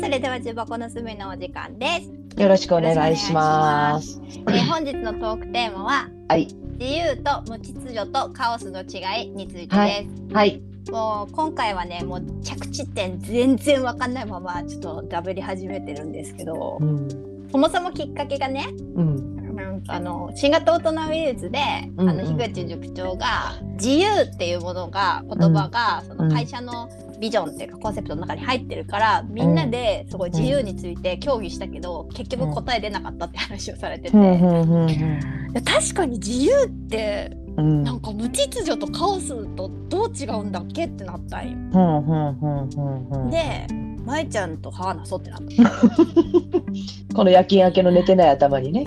それでは重箱の隅のお時間です。 よろしくお願いします。 本日のトークテーマは、 はい、 自由と無秩序とカオスの違いについてです。 はい。 もう今回はね、もう着地点全然わかんないままちょっとダブり始めてるんですけど、そもそもきっかけがね、新型大人ウイルスで、樋口塾長が自由っていうものが言葉が、その会社のビジョンっていうかコンセプトの中に入ってるから、みんなですごい自由について協議したけど、結局答え出なかったって話をされてて、確かに自由ってなんか無秩序とカオスとどう違うんだっけってなったんよ。で、まえちゃんと話そうってなったこの夜勤明けの寝てない頭にね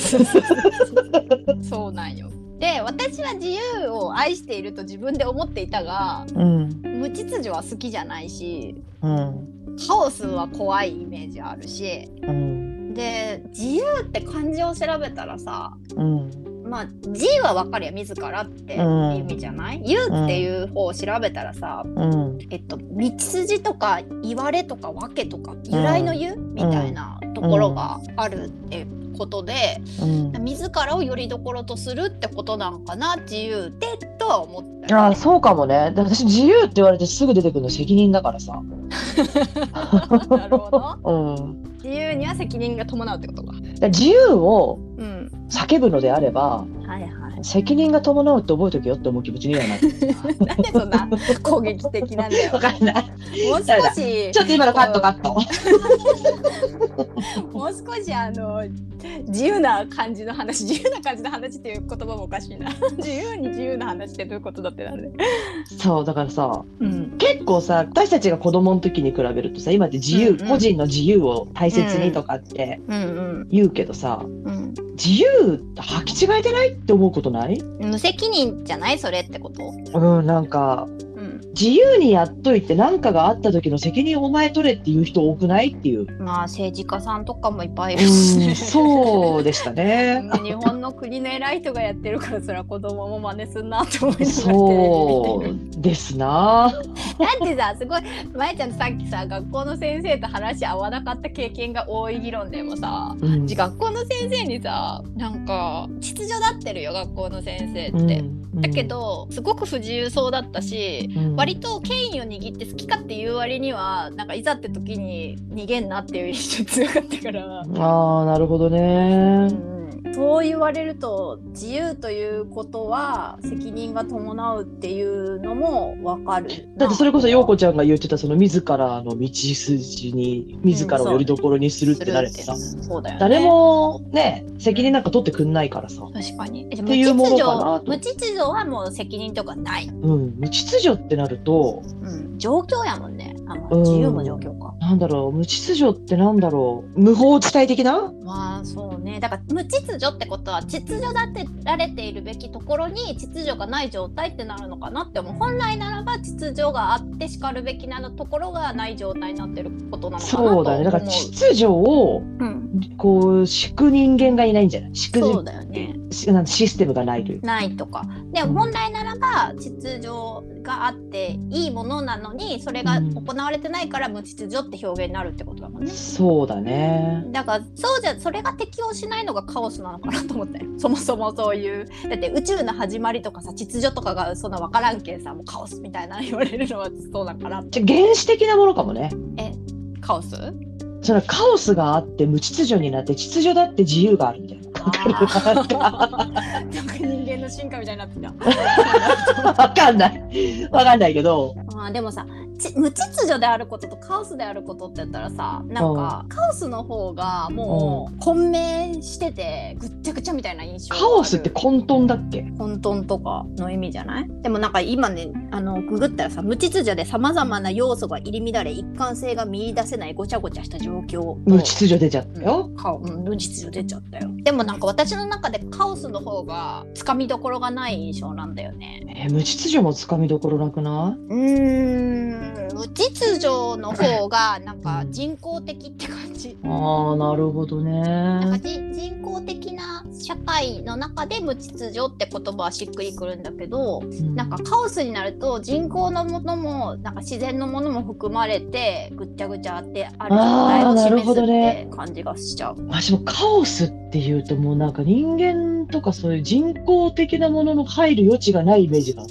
そうなんよ。で、私は自由を愛していると自分で思っていたが、無秩序は好きじゃないし、カオスは怖いイメージあるし、で、自由って漢字を調べたらさ、まあ、自由は分かるや自らって意味じゃない？言うっていう方を調べたらさ、道筋とか言われとか訳とか由来の言うみたいなところがあるってことで、自らをよりどころとするってことなんかな、自由ってとは思ったよね。 そうかもね。私自由って言われてすぐ出てくるの責任だからさなるほど、自由には責任が伴うってことか。 自由を叫ぶのであれば、責任が伴うって覚えとけよって思う気持ちにはなるなんでそんな攻撃的なんだよ。 わかんない。 もう少しちょっと今のカットもう少し自由な感じの話っていう言葉もおかしいな自由な話ってどういうことだってなんで。 そうだからさ、結構さ、私たちが子供の時に比べるとさ、今って自由、個人の自由を大切にとかって言うけどさ、自由って履き違えてないって思うことない？ 無責任じゃないそれってこと？ なんか、自由にやっといて何かがあった時の責任をお前取れっていう人多くないっていう。 まあ政治家さんとかもいっぱいいるしね。 そうでしたね日本の国の偉い人がやってるから、それは子供も真似すんなって思いながらそうですな。 だってさ、すごいまえちゃんとさっきさ、学校の先生と話合わなかった経験が多い議論でもさ、学校の先生にさ、なんか秩序だってるよ学校の先生って、だけどすごく不自由そうだったし、割と権威を握って好き勝手言う割には、なんかいざって時に逃げんなっていう印象強かったから。 なるほどね。 そう言われると、自由ということは責任が伴うっていうのも分かる。 だってそれこそ陽子ちゃんが言ってたその自らの道筋に自らをよりどころにするってなれてさ、 そうだよね、 誰もね責任なんか取ってくんないからさ。 確かに。 っていうものかなと。 無秩序はもう責任とかない。 無秩序ってなると、 状況やもんね。自由も状況か。 なんだろう、無秩序ってなんだろう、無法地帯的な？ まあそうね。だから無秩序ってことは秩序だってられているべきところに秩序がない状態ってなるのかなって思う。本来ならば秩序があってしかるべきなところがない状態になってることなのかなと思う。そうだね。 だから秩序をこう敷く人間がいないんじゃない？ そうだよね。 システムがないという。 ないとか。でも本来ならば秩序があっていいものなのに、それが行われてないから無秩序って表現になるってことだもんね。 そうだね。 だからそれが適応しないのがカオスなのかなと思ったよ。そもそもそういう、だって宇宙の始まりとかさ、秩序とかがそんな分からんけんさ、もうカオスみたいな言われるのはそうだから。 じゃ原始的なものかもね。 カオス？ それカオスがあって無秩序になって、秩序だって自由があるみたいな。 なんか人間の進化みたいになってきた。 わかんないけど、 でもさ、無秩序であることとカオスであることって言ったらさ、なんかカオスの方がもう混迷しててぐっちゃぐちゃみたいな印象がある。 カオスって混沌だっけ？ 混沌とかの意味じゃない？でもなんか今ね、ググったらさ、無秩序でさまざまな要素が入り乱れ、一貫性が見出せないごちゃごちゃした状況。 無秩序出ちゃったよ。 無秩序出ちゃったよ。でもなんか私の中でカオスの方がつかみどころがない印象なんだよね。 無秩序もつかみどころなくない？ 無秩序の方がなんか人工的って感じ。 なるほどね。 なんか人工的な社会の中で無秩序って言葉はしっくりくるんだけど、なんかカオスになると人工のものもなんか自然のものも含まれてぐっちゃぐちゃってある状態を示すって感じがしちゃう。 私もカオスっていうともうなんか人間とかそういう人工的なものの入る余地がないイメージがあった。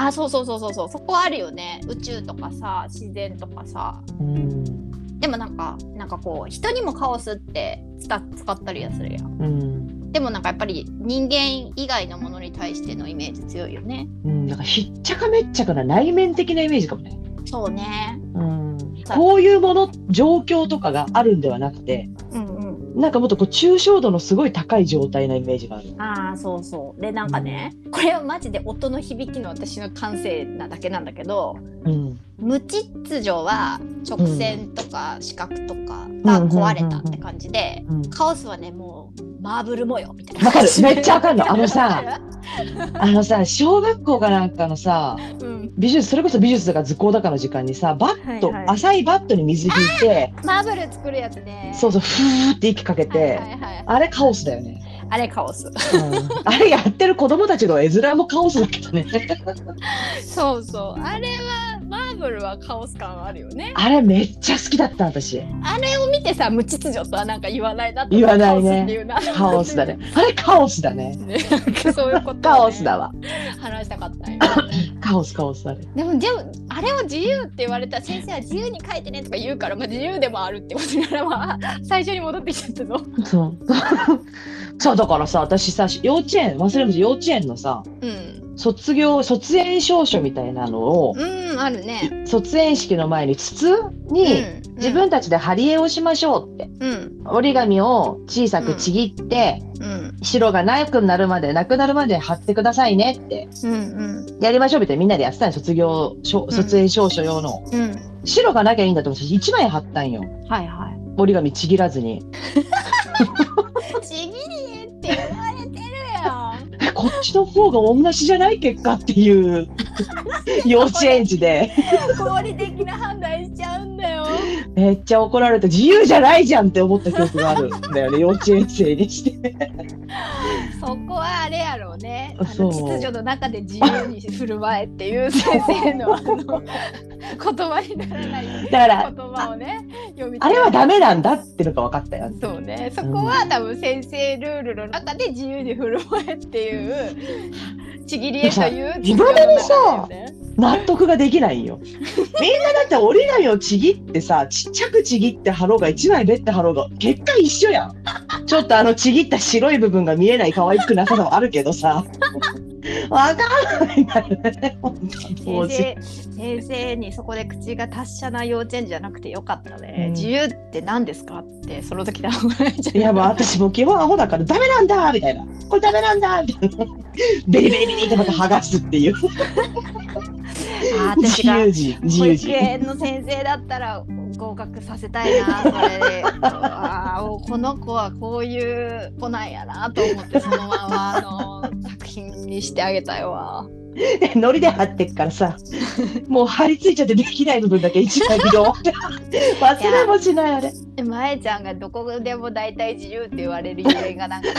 そうそこあるよね。宇宙とかさ自然とかさ。でもなんかこう人にもカオスって使ったりはするやん。でもなんかやっぱり人間以外のものに対してのイメージ強いよね。 なんかひっちゃかめっちゃかな内面的なイメージかもね。 そうね。 こういうもの状況とかがあるんではなくて、なんかもっとこう抽象度のすごい高い状態なイメージがある。 そうそう。でなんかね、これはマジで音の響きの私の感性なだけなんだけど、無秩序は直線とか四角とかが壊れたって感じで、カオスはねもうマーブル模様みたいな。 わかる、めっちゃわかるの。小学校かなんかのさ、美術、それこそ美術とか図工だかの時間にさ、バット、浅いバットに水引いてマーブル作るやつね。 そうそう、ふーって息かけて、あれカオスだよね。 あれカオス、 あれやってる子供たちの絵面もカオスだけどね。 そうそう、あれはマーブルはカオス感あるよね。 あれめっちゃ好きだった私。 あれを見てさ、無秩序とはなんか言わないなって。 言わないね。カオスだね。あれカオスだね。 そういうこと、ね、 カオスだわ。 話したかったよ。 カオスだね。 でもあれを自由って言われたら先生は自由に書いてねとか言うから、自由でもあるってことなら最初に戻ってきちゃったぞ。 そうだからさ、私さ、幼稚園のさ、卒園証書みたいなのを、 あるね。 卒園式の前に筒に自分たちで貼り絵をしましょうって、折り紙を小さくちぎって、白がなくなるまで貼ってくださいねって、やりましょうみたいなみんなでやってたん卒園証書用の、白がなきゃいいんだと思って1枚貼ったんよ。折り紙ちぎらずに。 ちぎり絵って言われてるやん。 こっちの方が同じじゃない結果っていう幼稚園児で合理的な判断しちゃうんだよ。 めっちゃ怒られて、自由じゃないじゃんって思った記憶があるんだよね。幼稚園生にしてそこはあれやろうね、秩序の中で自由に振る舞えっていう先生の言葉にならない言葉をね、読みあれはダメなんだってのが分かったよ。 そうね、そこは多分先生ルールの中で自由に振る舞えっていうちぎり絵といういまだにさ納得ができないよ。みんなだって折り紙をちぎってさ、ちっちゃくちぎって貼ろうが1枚べって貼ろうが結果一緒やん。ちょっとちぎった白い部分が見えない可愛くなさもあるけどさわかんないんだよね。 先生にそこで口が達者な幼稚園児じゃなくてよかったね。自由って何ですかってその時で思われちゃう。 いや、もう私も基本アホだからダメなんだみたいな、これダメなんだみたいな、ベリベリベリってまた剥がすっていう私が保育児園の先生だったら合格させたいな、それでこの子はこういう子なんやなと思って、そのまま作品にしてあげたいわ。 ノリで貼ってっからさ、もう貼り付いちゃってできない部分だけ一枚色忘れもしないあれ。 まえちゃんがどこでも大体自由って言われるゆえんがなんか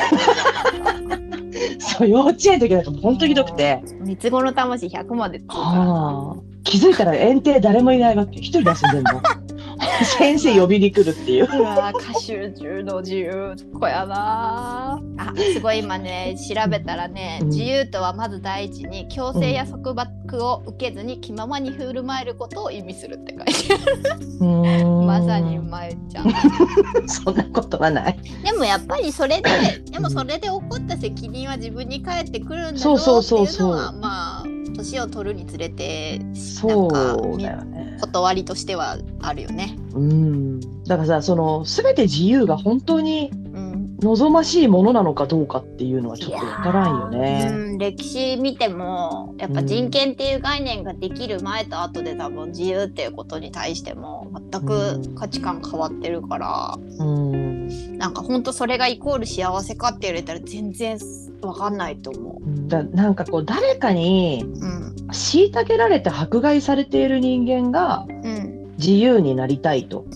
そう、幼稚園の時だと本当にひどくて、 三つ子の魂100までって気づいたら園庭誰もいないわけ、一人で遊んでんの先生呼びに来るっていう。 歌集中の自由こやなすごい今ね調べたらね、自由とはまず第一に強制や束縛を受けずに気ままに振る舞えることを意味するって書いてあるまさにまえちゃんそんなことはない。 でもやっぱりそれで起こった責任は自分に返ってくるんだよっていうのはまあ年を取るにつれてなんか断りとしてはあるよね。 だからさ、全て自由が本当に望ましいものなのかどうかっていうのはちょっとわからんよね。 歴史見てもやっぱ人権っていう概念ができる前と後で多分自由っていうことに対しても全く価値観変わってるから、なんか本当それがイコール幸せかって言われたら全然わかんないと思う。 なんかこう誰かに虐げられて迫害されている人間が自由になりたいと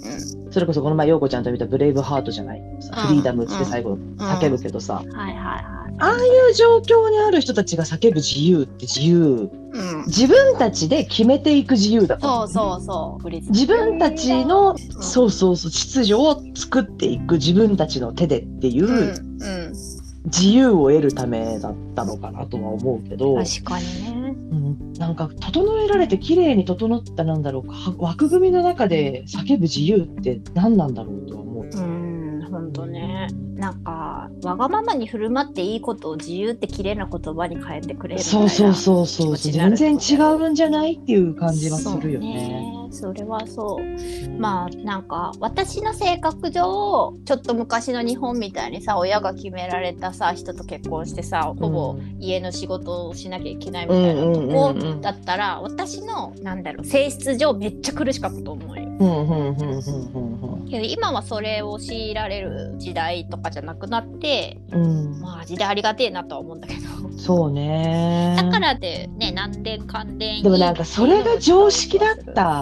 それこそこの前陽子ちゃんと見たブレイブハートじゃない、フリーダムって最後叫ぶけどさ、ああいう状況にある人たちが叫ぶ自由って自由、自分たちで決めていく自由だと、自分たちの、秩序を作っていく自分たちの手でっていう、自由を得るためだったのかなとは思うけど、 確かにね、 なんか整えられて綺麗に整った枠組みの中で叫ぶ自由って何なんだろうとは思う。 本当ね、なんかわがままに振る舞っていいことを自由って綺麗な言葉に変えてくれるみたいな、 そう全然違うんじゃないっていう感じはするよね。 それはそう、まあなんか私の性格上ちょっと昔の日本みたいにさ、親が決められたさ人と結婚してさ、ほぼ家の仕事をしなきゃいけないみたいなとこだったら、私の性質上めっちゃ苦しかったと思うよ。けど今はそれを強いられる時代とかじゃなくなって、まあ時代ありがてえなとは思うんだけど。 そうね。 だからでね、何年関連でもなんかそれが常識だった、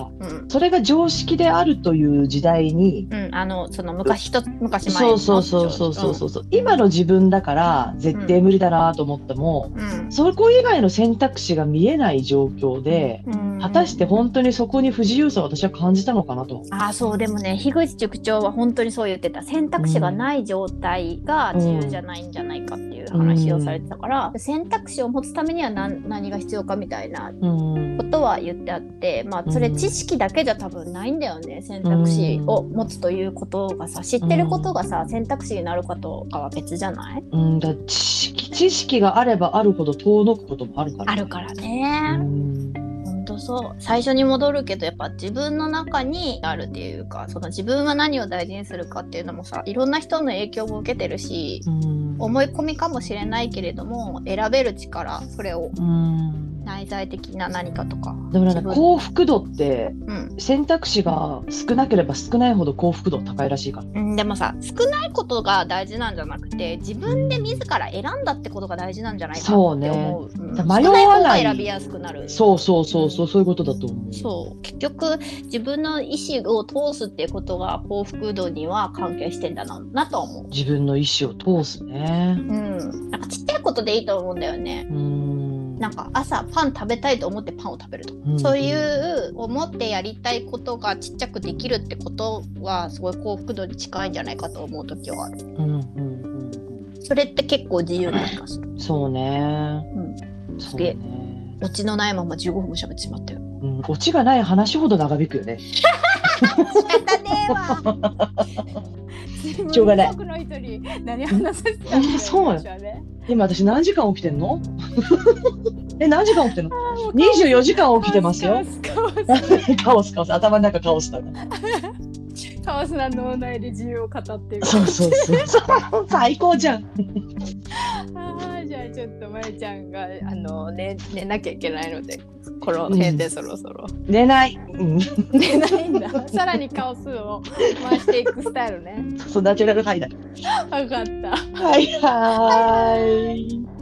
それが常識であるという時代に、 その昔前そのう今の自分だから絶対無理だなと思っても、そこ以外の選択肢が見えない状況で、果たして本当にそこに不自由さを私は感じたのかなと。 そうでもね、樋口塾長は本当にそう言ってた。選択肢がない状態が自由じゃないんじゃないかっていう話をされてたから、選択肢を持つためには何が必要かみたいなことは言ってあって、まあそれ知識だけじゃ多分ないんだよね。選択肢を持つということがさ、知ってることがさ、選択肢になるかとかは別じゃない？ 知識があればあるほど遠のくこともあるからね。 あるからね。そう最初に戻るけど、やっぱ自分の中にあるっていうか、その自分は何を大事にするかっていうのもさ、いろんな人の影響も受けてるし、思い込みかもしれないけれども選べる力、それを内在的な何かとか。 でもなんか幸福度って、選択肢が少なければ少ないほど幸福度高いらしいから、 でもさ、少ないことが大事なんじゃなくて、自分で自ら選んだってことが大事なんじゃないかなって思う。 迷わない、 選びやすくなる。 そういうことだと思う。 そう結局自分の意思を通すっていうことが幸福度には関係してんだなと思う。 自分の意思を通すね。 なんかちっちゃいことでいいと思うんだよね。なんか朝パン食べたいと思ってパンを食べると、そういう思ってやりたいことがちっちゃくできるってことはすごい幸福度に近いんじゃないかと思う時はある。それって結構自由な気がする。 そうね。 すげえ。オチのないまま15分も喋ってしまったよ。 オチがない話ほど長引くよね。 仕方ねえわ。 しょうがない。 の人に何話させたの？ そうよ。今私何時間起きてんの？何時間起きてんの？24時間起きてますよ。カオス頭の中カオスだ。 カオスな脳内で自由を語ってる。 そう最高じゃん。 じゃあちょっとまゆちゃんが寝なきゃいけないので、この辺でそろそろ、 寝ない、 寝ないんだ。さらにカオスを回していくスタイルね。 ナチュラルハイだ。 分かった。 はい。